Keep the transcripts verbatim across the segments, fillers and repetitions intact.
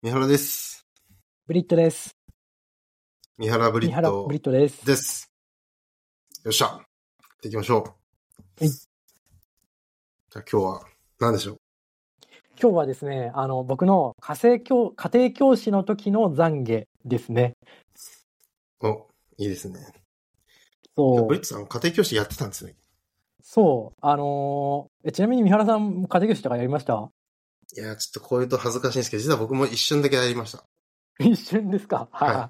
三原です。 ブリットです。 三原ブリット。 三原ブリットです。 です。よっしゃ。行っていきましょう。 はい。じゃあ今日は何でしょう。 今日はですね、あの、僕の家庭教、家庭教師の時の懺悔ですね。 お、いいですね。 そう。 ブリットさん、家庭教師やってたんですね。 そう。あのー、えちなみに三原さん、家庭教師とかやりました？ いや、ちょっとこういうと恥ずかしいんですけど、実は僕も一瞬だけやりました。 一瞬ですか？ はい。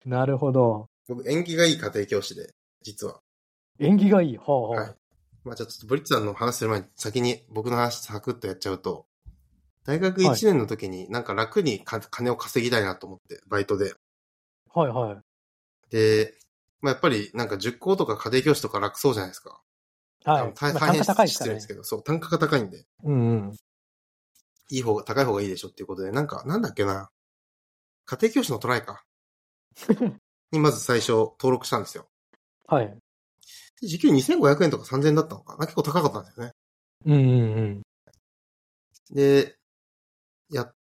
なるほど。 僕、縁起がいい家庭教師で、実は。 縁起がいい。はあはあ、 はい。まあじゃあちょっとブリットさんの話する前に先に僕の話サクッとやっちゃうと、大学いちねんの時になんか楽に金を稼ぎたいなと思って、バイトで。 はいはい。 で、まあ、やっぱりなんか塾講とか家庭教師とか楽そうじゃないですか。 はい。 大変、 まあ、単価高いです失からね。 礼ですけど、そう、単価が高いんで。 うんうん。 いい方が、高い方がいいでしょっていうことで、なんか、なんだっけな。家庭教師のトライか。にまず最初登録したんですよ。 はい。 で時給にせんごひゃくえんとかさんぜんえんだったのかな。結構高かったんですよね。 うんうんうん。 で、やって、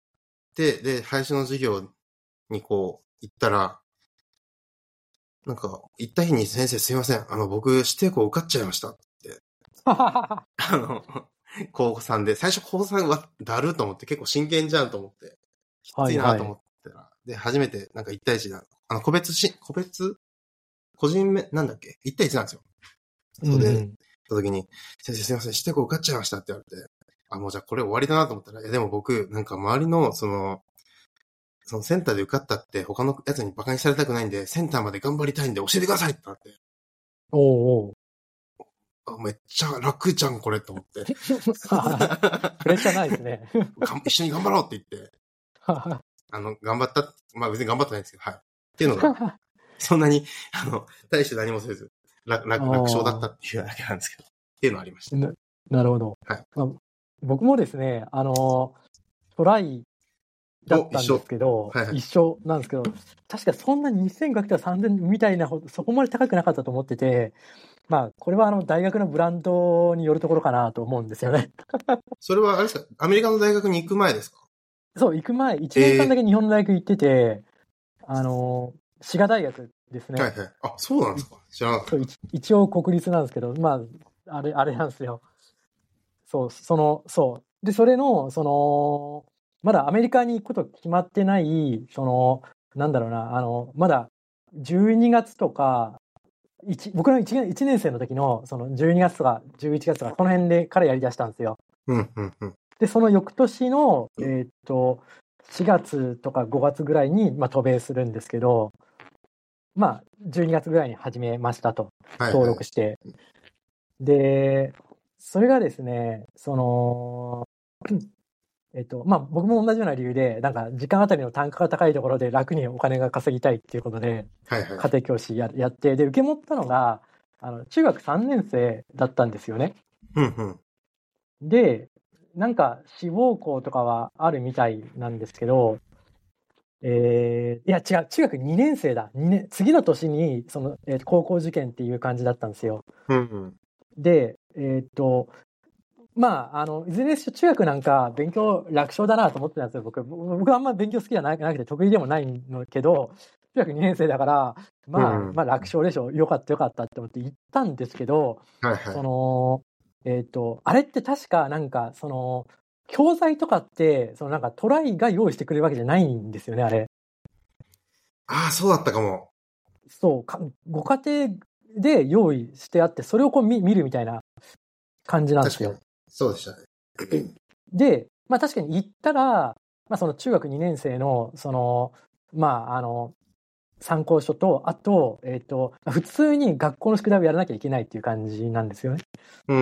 で、最初の授業にこう、行ったら、なんか、行った日に先生すいません。あの、僕、指定校受かっちゃいましたって。あの、高さんで、最初高さんはだると思って結構真剣じゃんと思って、きついなと思ってたら、はいはい、で、初めてなんかいち対いちな、あの、個別し、個別個人め、なんだっけ ?いち 対いちなんですよ。それで、行った時に、先生すいません、指定校受かっちゃいましたって言われて、あ、もうじゃあこれ終わりだなと思ったら、いやでも僕、なんか周りの、その、そのセンターで受かったって他のやつに馬鹿にされたくないんで、センターまで頑張りたいんで教えてくださいってなって。 おうおう。 あ、めっちゃ楽じゃん、これと思って。プレッシャーないですね。 一緒に頑張ろうって言って、あの、頑張った、まあ別に頑張ってないんですけど、はい。っていうのが、そんなに、あの、大して何もせず、楽、楽、楽勝だったっていうだけなんですけど、っていうのがありました。 な, なるほど。 はい。 まあ、僕もですね、あの、トライだったんですけど、一緒、はいはい、一緒なんですけど、確かそんなににせんかけたらさんぜんみたいな、そこまで高くなかったと思ってて、まあ、これはあの、大学のブランドによるところかなと思うんですよね。 それはあれですか、アメリカの大学に行く前ですか？ そう、行く前、いちねんかんだけ日本の大学行ってて、えー、あの、滋賀大学ですね。 はいはい。あ、そうなんですか？知らなかった。 一応国立なんですけど、まあ、あれ、あれなんですよ。そう、その、そう。で、それの、その、まだアメリカに行くこと決まってない、その、なんだろうな、あの、まだじゅうにがつとか、僕の 1, 1年生の時の、そのじゅうにがつとかじゅういちがつとか、この辺でからやりだしたんですよ。 うんうんうん。 で、その翌年の、えー、っと、しがつとかごがつぐらいに、まあ、渡米するんですけど、まあ、じゅうにがつぐらいに始めましたと、登録して。はいはい、で、それがですね、その、えっと、まあ、僕も同じような理由で、なんか、時間あたりの単価が高いところで楽にお金が稼ぎたいっていうことで、はいはい、家庭教師 や, やって、で、受け持ったのが、あの、中学さんねん生だったんですよね。 うんうん、 で、なんか、志望校とかはあるみたいなんですけど、えー、いや、違う、中学にねん生だ。にねん、次の年に、その、えー、高校受験っていう感じだったんですよ。 うんうん、 で、えー、っと、まあ、あの、いずれにしろ中学なんか勉強楽勝だなと思ってたんですよ、僕。僕はあんま勉強好きじゃなくて得意でもないのけど、中学にねん生だから、まあ、うん、まあ楽勝でしょ。よかったよかったって思って行ったんですけど、はいはい、その、えっと、あれって確かなんか、その、教材とかって、そのなんかトライが用意してくれるわけじゃないんですよね、あれ。 ああ、そうだったかも。 そうか、ご家庭で用意してあって、それをこう 見, 見るみたいな感じなんですよ。 確かにそうでしたね。 で、まあ確かに行ったら、まあその中学にねん生の、その、まああの、参考書と、あと、えっと、普通に学校の宿題をやらなきゃいけないっていう感じなんですよね。 うん。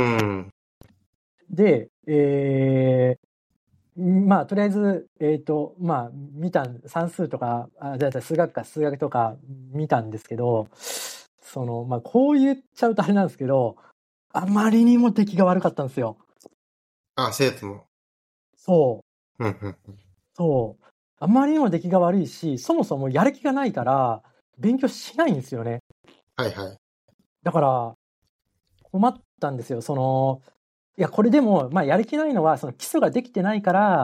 で、えー、まあとりあえず、えっと、まあ見た、算数とか、あ、じゃあ数学か数学とか見たんですけど、その、まあこう言っちゃうとあれなんですけど、あまりにも出来が悪かったんですよ。 あ、生徒も。 そう。 うんうん、 そう。あまりにも出来が悪いし、そもそもやる気がないから、勉強しないんですよね。 はいはい。 だから、困ったんですよ。その、いや、これでも、まあ、やる気ないのは、その基礎ができてないから、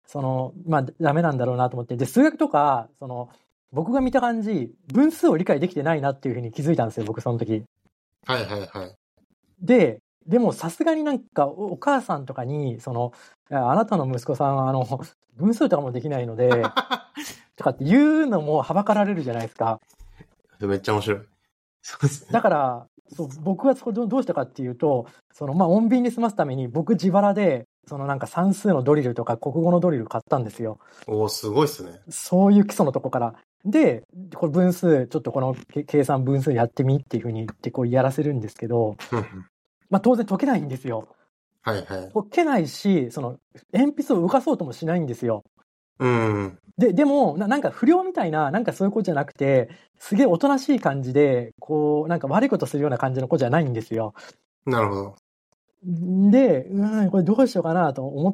その、まあ、ダメなんだろうなと思って、で、数学とか、その、僕が見た感じ、分数を理解できてないなっていうふうに気づいたんですよ、僕その時。 はいはいはい。 で、でもさすがになんかお、お母さんとかに、その、あなたの息子さんは、あの、分数とかもできないので、とかって言うのもはばかられるじゃないですか。 めっちゃ面白い。そうですね。 だから、そう僕はそこどうしたかっていうと、その、まあ、穏便に済ますために、僕自腹で、そのなんか算数のドリルとか国語のドリル買ったんですよ。 おー、すごいっすね。 そういう基礎のとこから。で、これ分数、ちょっとこの計算分数やってみっていうふうに言ってこうやらせるんですけど、まあ当然解けないんですよ。 はいはい。 解けないし、その鉛筆を動かそうともしないんですよ。 うん。 で、でもな、なんか不良みたいな、なんかそういう子じゃなくて、すげえおとなしい感じで、こう、なんか悪いことするような感じの子じゃないんですよ。 なるほど。 で、うん、これどうしようかなと思って、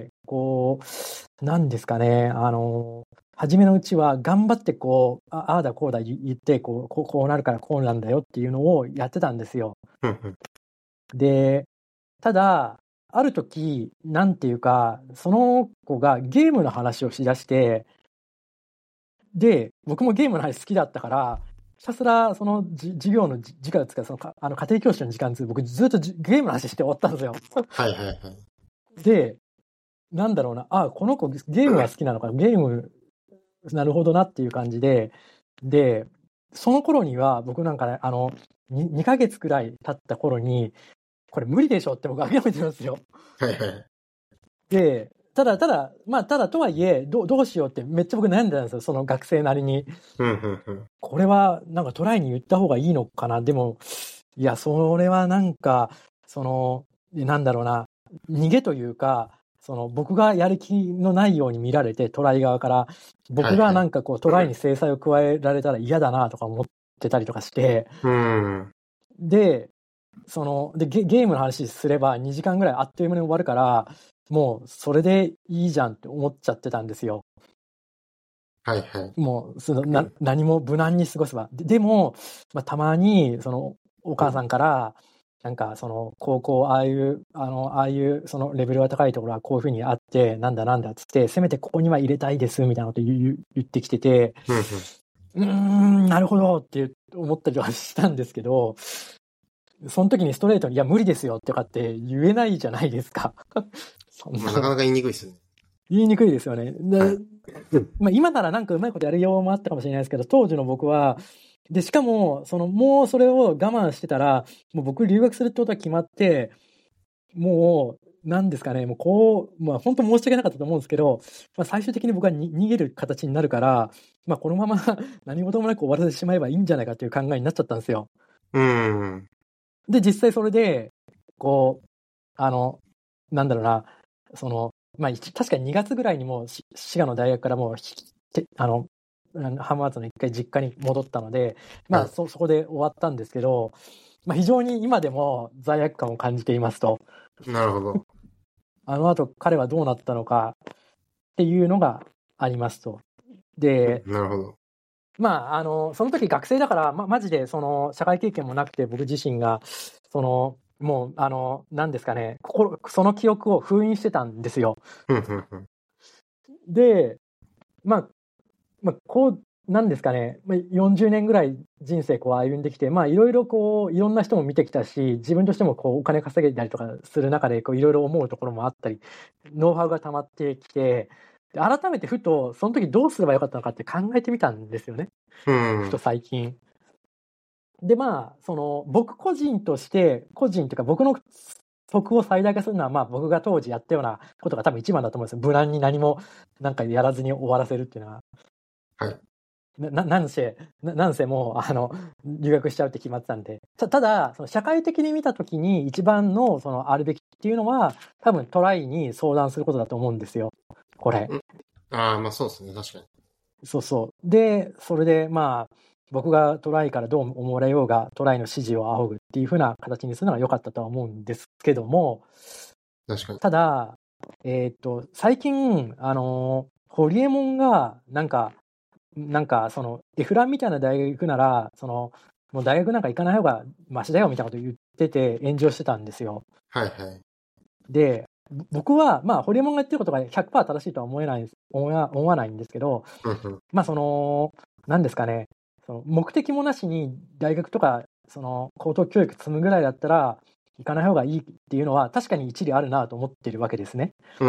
こう、なんですかね、あの、初めのうちは頑張ってこう、ああだこうだ言って、こう、こう、こうなるからこうなんだよっていうのをやってたんですよ。で、ただ、ある時、なんていうか、その子がゲームの話をしだして、で、僕もゲームの話好きだったから、ひたすらそのじ授業の時間ですか、そのかあの家庭教師の時間です、僕ずっとゲームの話して終わったんですよ。 はいはいはい。 で、なんだろうな、あ、この子ゲームが好きなのか、ゲーム、なるほどなっていう感じで、で、その頃には僕なんかね、あの、に, にかげつくらい経った頃に、これ無理でしょって僕諦めてるんですよ。 はいはい。 で、ただただ、まあただとはいえ、ど, どうしようってめっちゃ僕悩んでたんですよ、その学生なりに。 うんうんうん、 これはなんかトライに言った方がいいのかな。でも、いや、それはなんか、その、なんだろうな、逃げというか、その僕がやる気のないように見られて、トライ側から、僕がなんかこう、トライに制裁を加えられたら嫌だなとか思ってたりとかして、 うん、 で、そので ゲ, ゲームの話すればにじかんぐらいあっという間に終わるから、もうそれでいいじゃんって思っちゃってたんですよ。 はいはい。 もうそのな何も無難に過ごせば。で, でも、まあ、たまにそのお母さんから、なんかその高校ああいうあのああいうそのレベルが高いところはこういうふうにあってなんだなんだっつって、せめてここには入れたいですみたいなこと言言ってきてて、うーんなるほどって思ったりはしたんですけど、その時にストレートにいや無理ですよとかって言えないじゃないですか。 そんな、まあ、なかなか言いにくいですね。 言いにくいですよね。で、はい、まあ、今ならなんかうまいことやるようもあったかもしれないですけど、当時の僕は、で、しかも、その、もうそれを我慢してたら、もう僕留学するってことは決まって、もう、なんですかね、もうこう、まあ本当申し訳なかったと思うんですけど、まあ最終的に僕はに逃げる形になるから、まあこのまま何事もなく終わらせてしまえばいいんじゃないかという考えになっちゃったんですよ。 うん。 で、実際それで、こう、あの、なんだろうな、その、まあ、確かににがつぐらいにも滋賀の大学からもうあの浜松の一回実家に戻ったので、まあ、はい、そ, そこで終わったんですけど、まあ、非常に今でも罪悪感を感じていますと。 なるほど。 あの後彼はどうなったのかっていうのがありますと。で、 なるほど。 まあ、あのその時学生だから、ま、マジでその社会経験もなくて、僕自身がそのもう、あの、何ですかね、心、その記憶を封印してたんですよ。で、まあ、まあ、こう、なんですかね、よんじゅうねんぐらい人生こう歩んできて、まあ、いろいろこう、いろんな人も見てきたし、自分としてもこう、お金稼げたりとかする中で、こう、いろいろ思うところもあったり、ノウハウが溜まってきて、改めてふと、その時どうすればよかったのかって考えてみたんですよね。ふと最近。で、まあ、その、僕個人として、個人というか僕の得を最大化するのは、まあ僕が当時やったようなことが多分一番だと思うんですよ。無難に何もなんかやらずに終わらせるっていうのは。 はい。 な、なんせ、なんせもう、あの、留学しちゃうって決まってたんで。た、ただ、その社会的に見たときに一番の、その、あるべきっていうのは、多分トライに相談することだと思うんですよ。これ。 ああ、まあそうですね。確かに。 そうそう。で、それで、まあ、僕がトライからどう思われようがトライの支持を仰ぐっていう風な形にするのが良かったとは思うんですけども、 確かに。 ただ、えー、っと、最近、あの、ホリエモンが、なんか、なんか、その、エフランみたいな大学行くなら、その、もう大学なんか行かない方がマシだよみたいなこと言ってて炎上してたんですよ。 はいはい。 で、 僕は、まあ、ホリエモンが言ってることが ひゃくパーセント 正しいとは思えない、思わ、思わないんですけど、まあ、その、何ですかね、その目的もなしに大学とか、その、高等教育積むぐらいだったら、行かない方がいいっていうのは、確かに一理あるなと思ってるわけですね。 うん。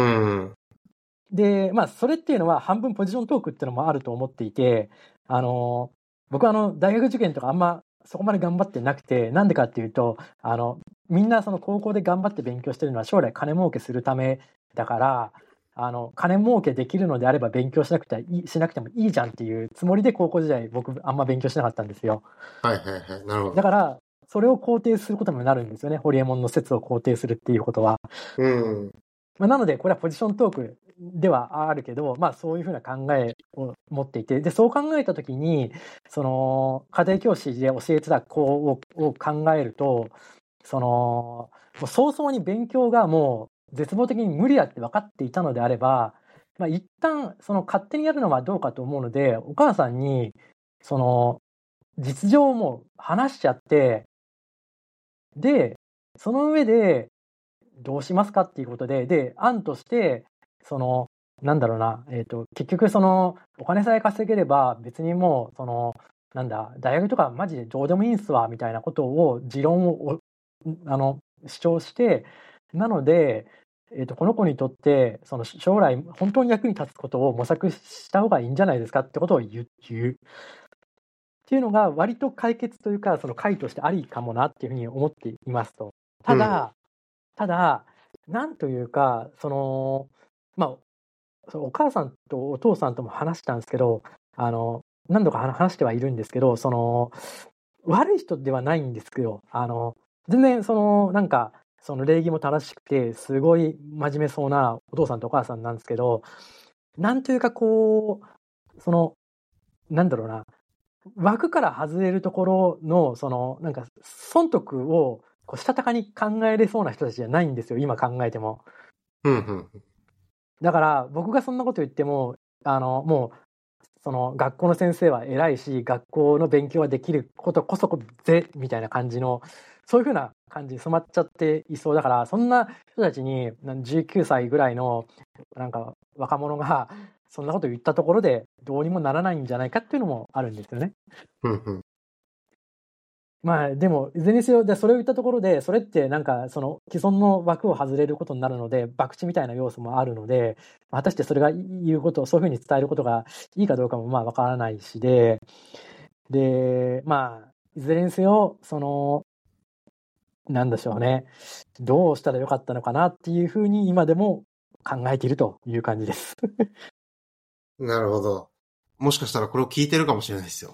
で、まあ、それっていうのは、半分ポジショントークっていうのもあると思っていて、あの、僕はあの、大学受験とかあんま、そこまで頑張ってなくて、なんでかっていうと、あの、みんなその高校で頑張って勉強してるのは将来金儲けするためだから、あの、金儲けできるのであれば勉強しなくていい、しなくてもいいじゃんっていうつもりで高校時代僕あんま勉強しなかったんですよ。 はいはいはい。なるほど。 だから、それを肯定することになるんですよね。ホリエモンの説を肯定するっていうことは。 うん。 まあ、なので、これはポジショントークではあるけど、まあそういうふうな考えを持っていて、で、そう考えたときに、その、家庭教師で教えてた子をを考えると、その、もう早々に勉強がもう絶望的に無理だって分かっていたのであれば、まあ一旦、その勝手にやるのはどうかと思うので、お母さんに、その、実情をもう話しちゃって、で、その上で、どうしますかっていうことで、で、案として、その、なんだろうな、えっと、結局その、お金さえ稼げれば、別にもう、その、なんだ、大学とかマジでどうでもいいんすわ、みたいなことを、持論を、あの、主張して、なので、えっと、この子にとって、その将来、本当に役に立つことを模索した方がいいんじゃないですかってことを言う。言うっていうのが、割と解決というか、その回としてありかもなっていうふうに思っていますと。ただ、うんただ、なんというか、その、まあ、お母さんとお父さんとも話したんですけど、あの、何度か話してはいるんですけど、その、悪い人ではないんですけど、あの、全然、その、なんか、その礼儀も正しくて、すごい真面目そうなお父さんとお母さんなんですけど、なんというかこう、その、なんだろうな、枠から外れるところの、その、なんか、損得を、こうしたたかに考えれそうな人たちじゃないんですよ、今考えても。 うんうん、 だから僕がそんなこと言っても、あのもうその学校の先生は偉いし、学校の勉強はできることこそこぜみたいな感じの、そういう風な感じに染まっちゃっていそうだから、そんな人たちにじゅうきゅうさいぐらいのなんか若者がそんなこと言ったところでどうにもならないんじゃないかっていうのもあるんですよね。 うんうん、 まあでもいずれにせよ、でそれを言ったところで、それってなんかその既存の枠を外れることになるので、博打みたいな要素もあるので、果たしてそれが言うことをそういうふうに伝えることがいいかどうかもまあわからないしで、でまあいずれにせよ、そのなんでしょうね、どうしたらよかったのかなっていうふうに今でも考えているという感じです。 なるほど。もしかしたらこれを聞いてるかもしれないですよ。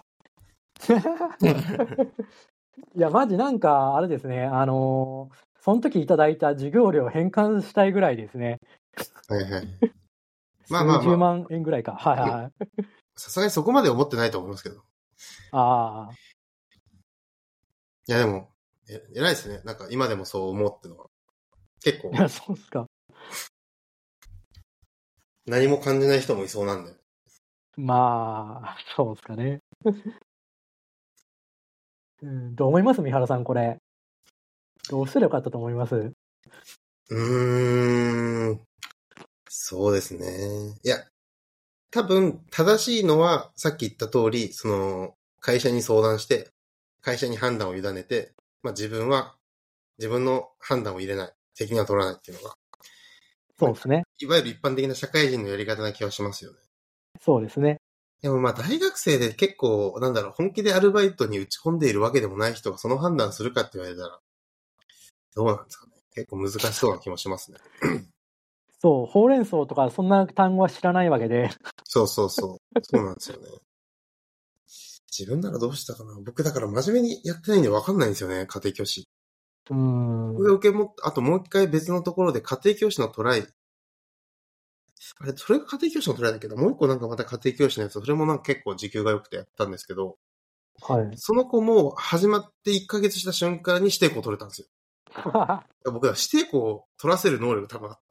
いや、マジなんか、あれですね、あのー、その時いただいた授業料返還したいぐらいですね。 はいはい。まあまあまあ。 数十万円ぐらいか。はいはい。 さすがにそこまで思ってないと思いますけど。 ああ。 いやでも、え、偉いですね。なんか今でもそう思うってのは。結構。 いや、そうっすか。 何も感じない人もいそうなんで。 まあ、そうですかね。うん、どう思います三原さん、これ。どうしたらよかったと思います？ うーん。そうですね。いや、多分、正しいのは、さっき言った通り、その、会社に相談して、会社に判断を委ねて、まあ自分は、自分の判断を入れない。責任を取らないっていうのが。 そうですね、まあ。 いわゆる一般的な社会人のやり方な気はしますよね。 そうですね。 でもまあ大学生で結構、なんだろう、本気でアルバイトに打ち込んでいるわけでもない人がその判断するかって言われたら、どうなんですかね。結構難しそうな気もしますね。 そう、ほうれん草とかそんな単語は知らないわけで。 そうそうそう。そうなんですよね。自分ならどうしたかな。僕だから真面目にやってないんで分かんないんですよね、家庭教師。 うーん。 僕が受けも、あともう一回別のところで家庭教師のトライ。あれ、それが家庭教師のトライだけど、もう一個なんかまた家庭教師のやつ、それもなんか結構時給が良くてやったんですけど、 はい。 その子も始まっていっかげつした瞬間に指定校取れたんですよ。僕は指定校を取らせる能力多分あって。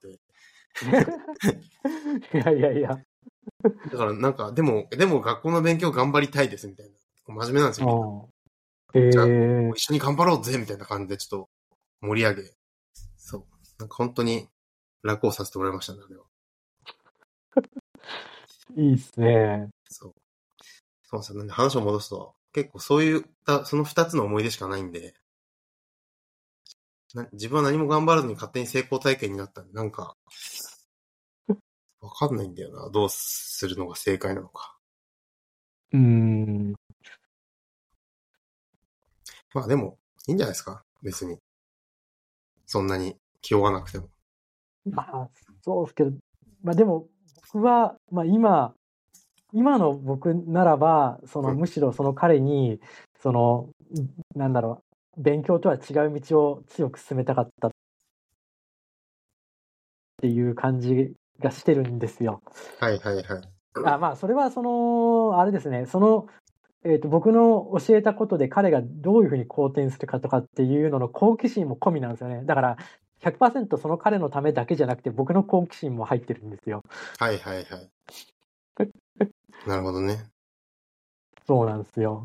いやいやいや。 だからなんか、でも、でも学校の勉強頑張りたいですみたいな。真面目なんですよ。 へえ。 じゃあ、一緒に頑張ろうぜみたいな感じでちょっと盛り上げ。そう。なんか本当に、 楽をさせてもらいましたね、あれは。 いいっすね。 そう。そうですよ。なんで話を戻すと、結構そういった、その二つの思い出しかないんで、な自分は何も頑張らずに勝手に成功体験になったんで、なんか、わかんないんだよな。どうするのが正解なのか。 うーん。 まあでも、いいんじゃないですか。別に。そんなに気負わなくても。 まあ、そうですけど、まあでも、僕は、まあ今、今の僕ならば、その、 うんむしろその彼に、その、なんだろう、勉強とは違う道を強く進めたかったっていう感じがしてるんですよ。 はいはいはい。 あ、まあ、それはその、あれですね、その、えっと、僕の教えたことで彼がどういうふうに好転するかとかっていうのの好奇心も込みなんですよね。だから、ひゃくパーセントその彼のためだけじゃなくて、僕の好奇心も入ってるんですよ。 はいはいはい。なるほどね。 そうなんですよ。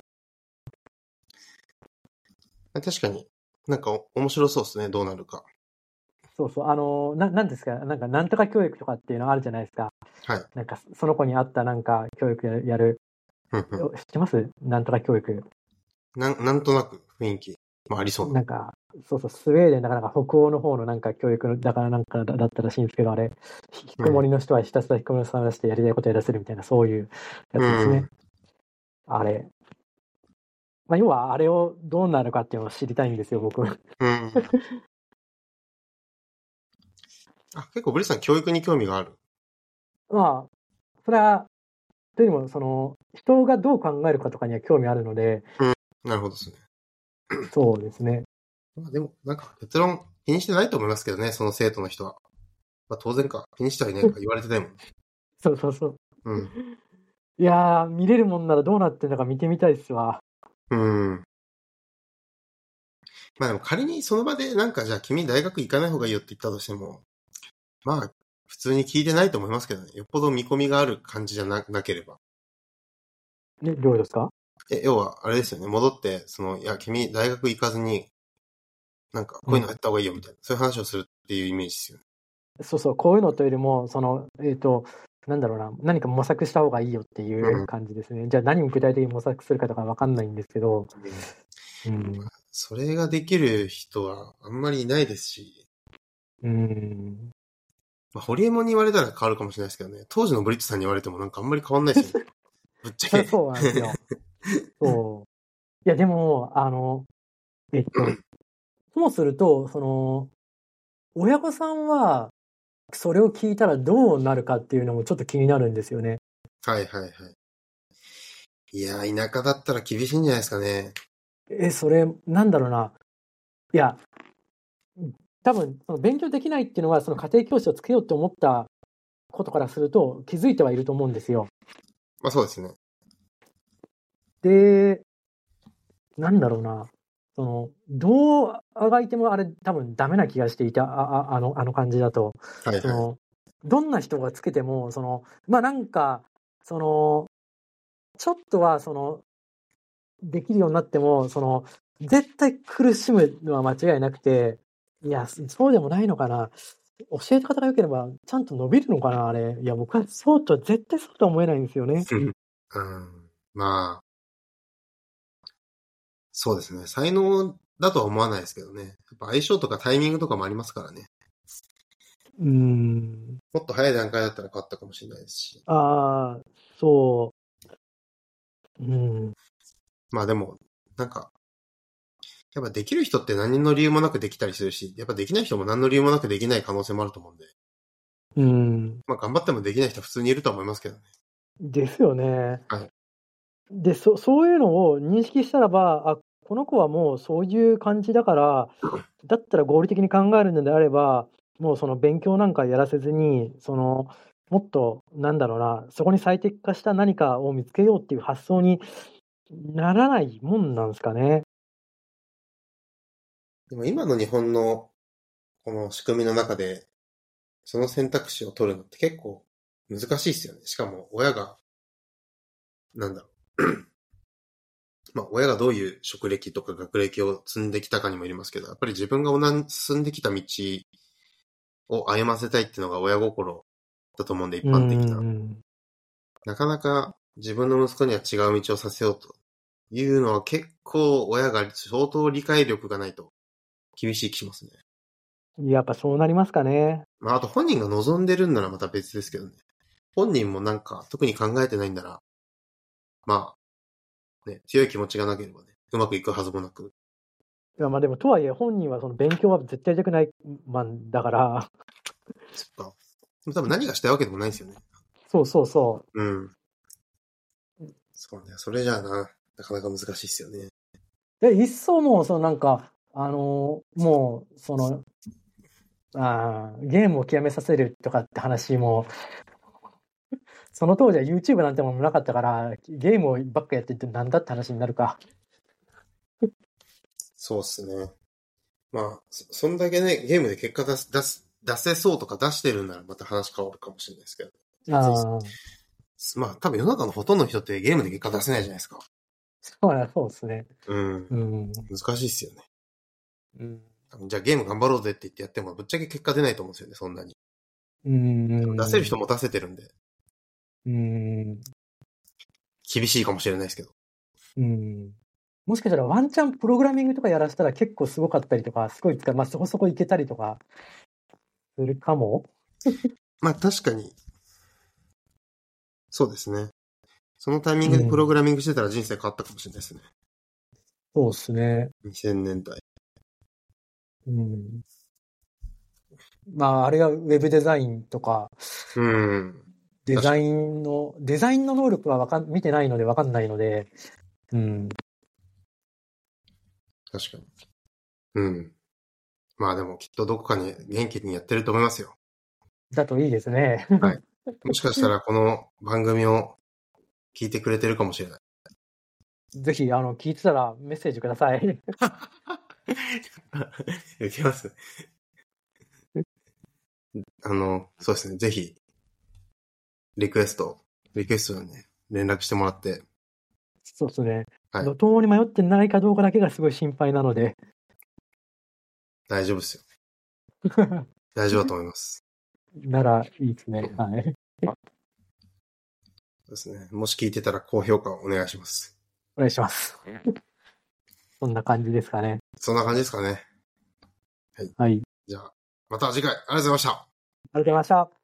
確かに、なんか面白そうですね、どうなるか。 そうそう、あの、ななんですか、なんか、なんとか教育とかっていうのあるじゃないですか。 はい。 なんか、その子に合ったなんか教育やる、やるうんうん知ってますなんとか教育。 なん、なんとなく雰囲気、まあありそうな。 なんか、そうそう、スウェーデンだからなんか北欧の方のなんか教育のだからなんかだだったらしいんですけど、あれ、引きこもりの人はひたすら引きこもりを探してやりたいことやらせるみたいな、そういうやうつですね。 ん。 あれ。まあ、要はあれをどうなるかっていうのを知りたいんですよ、僕。 うん。あ、結構ブリさん教育に興味がある。 まあ、それは、というよりも、その、人がどう考えるかとかには興味あるので、 うん。なるほどですね。 そうですね。 まあでも、なんか結論気にしてないと思いますけどね、その生徒の人は。まあ当然か。気にしてはいないか言われてないもん。 そうそうそう。 うん。 いやー、見れるもんならどうなってるのか見てみたいっすわ。 うん。まあでも仮にその場でなんかじゃあ君大学行かない方がいいよって言ったとしても、まあ普通に聞いてないと思いますけどね。よっぽど見込みがある感じじゃななければ。 ね、どうですか？ え、要はあれですよね。戻って、その、いや君大学行かずに、なんかこういうのやった方がいいよみたいな、うん、そういう話をするっていうイメージですよね。 そうそう、こういうのというよりも、その、えっ、ー、と、なんだろうな、何か模索した方がいいよっていう感じですね。うん、じゃあ何を具体的に模索するかとかわかんないんですけど、 うんうん、それができる人はあんまりいないですし、 うん。 まあ、ホリエモンに言われたら変わるかもしれないですけどね、当時のブリッジさんに言われてもなんかあんまり変わんないですよね。ぶっちゃけ。 そうなんですよ。そう。いや、でも、あの、えっと、ともすると、その、親御さんは、それを聞いたらどうなるかっていうのもちょっと気になるんですよね。 はいはいはい。いやー、田舎だったら厳しいんじゃないですかね。 え、それ、なんだろうな。いや、多分、その勉強できないっていうのは、その家庭教師をつけようと思ったことからすると、気づいてはいると思うんですよ。 まあそうですね。 で、なんだろうな。その、どうあがいてもあれ多分ダメな気がしていた、あ、あ、あの、あの感じだと。 はいはい。 その、どんな人がつけても、その、まあなんか、その、ちょっとは、その、できるようになっても、その、絶対苦しむのは間違いなくて、いや、そうでもないのかな。教え方が良ければ、ちゃんと伸びるのかな、あれ。いや、僕はそうと、絶対そうとは思えないんですよね。 うん。まあ、そうですね。才能だとは思わないですけどね。やっぱ相性とかタイミングとかもありますからね。 うーん。 もっと早い段階だったら変わったかもしれないですし。 ああ、そう。うん。 まあでも、なんか、やっぱできる人って何の理由もなくできたりするし、やっぱできない人も何の理由もなくできない可能性もあると思うんで。 うん。 まあ頑張ってもできない人は普通にいると思いますけどね。 ですよね。 はい。 で、そそういうのを認識したらば、あ、この子はもうそういう感じだから、だったら合理的に考えるのであれば、もうその勉強なんかやらせずに、その、もっとなんだろうな、そこに最適化した何かを見つけようっていう発想にならないもんなんすかね。 でも今の日本のこの仕組みの中で、その選択肢を取るのって結構難しいですよね。しかも親が、なんだろう。まあ親がどういう職歴とか学歴を積んできたかにもよりますけど、やっぱり自分が進んできた道を歩ませたいっていうのが親心だと思うんで、一般的な。 うん、 なかなか自分の息子には違う道をさせようというのは結構親が相当理解力がないと厳しい気しますね。 やっぱそうなりますかね。 まあ、あと本人が望んでるんならまた別ですけどね。本人もなんか特に考えてないんなら、まあ、ね、強い気持ちがなければね、うまくいくはずもなく。 いやまあでも、とはいえ本人はその勉強は絶対したくないマンだから。 そっか。でも多分何がしたいわけでもないですよね。 そうそうそう。うん。そうね。それじゃあな、なかなか難しいっすよね。 で、いっそもう、そのなんか、あのー、もう、その、あゲームを極めさせるとかって話も、その当時は YouTube なんてものもなかったから、ゲームをばっかやっててなんだって話になるか。 そうっすね。まあ、そ、そんだけね、ゲームで結果出す、出す、出せそうとか出してるんならまた話変わるかもしれないですけど。 ああ。 まあ、多分世の中のほとんどの人ってゲームで結果出せないじゃないですか。 そうや、そうですね。 うん。 うん。 難しいっすよね。 うん。 じゃあゲーム頑張ろうぜって言ってやっても、ぶっちゃけ結果出ないと思うんですよね、そんなに。 うん。 出せる人も出せてるんで。 うん。 厳しいかもしれないですけど。 うん。もしかしたらワンチャンプログラミングとかやらせたら結構すごかったりとか、すごい、まあそこそこいけたりとかするかも。 まあ確かに、そうですね。そのタイミングでプログラミングしてたら人生変わったかもしれないですね。 うん、そうですね。 にせんねんだい。 うん。まあ、あれがウェブデザインとか、 うん。 デザインの、デザインの能力はわかん、見てないのでわかんないので、うん。 確かに。うん。まあでもきっとどこかに元気にやってると思いますよ。 だといいですね。 はい。もしかしたらこの番組を聞いてくれてるかもしれない。 ぜひ、あの、聞いてたらメッセージください。 いきます。あの、そうですね。ぜひ、リクエスト、リクエストにね、連絡してもらって。 そうですね。 はい。 路頭に迷ってないかどうかだけがすごい心配なので。 大丈夫ですよ。大丈夫だと思います。 ならいいですね。はい。 そうですね。もし聞いてたら高評価をお願いします。 お願いします。そんな感じですかね。 そんな感じですかね。はい。 はい。 じゃあ、また次回、ありがとうございました。 ありがとうございました。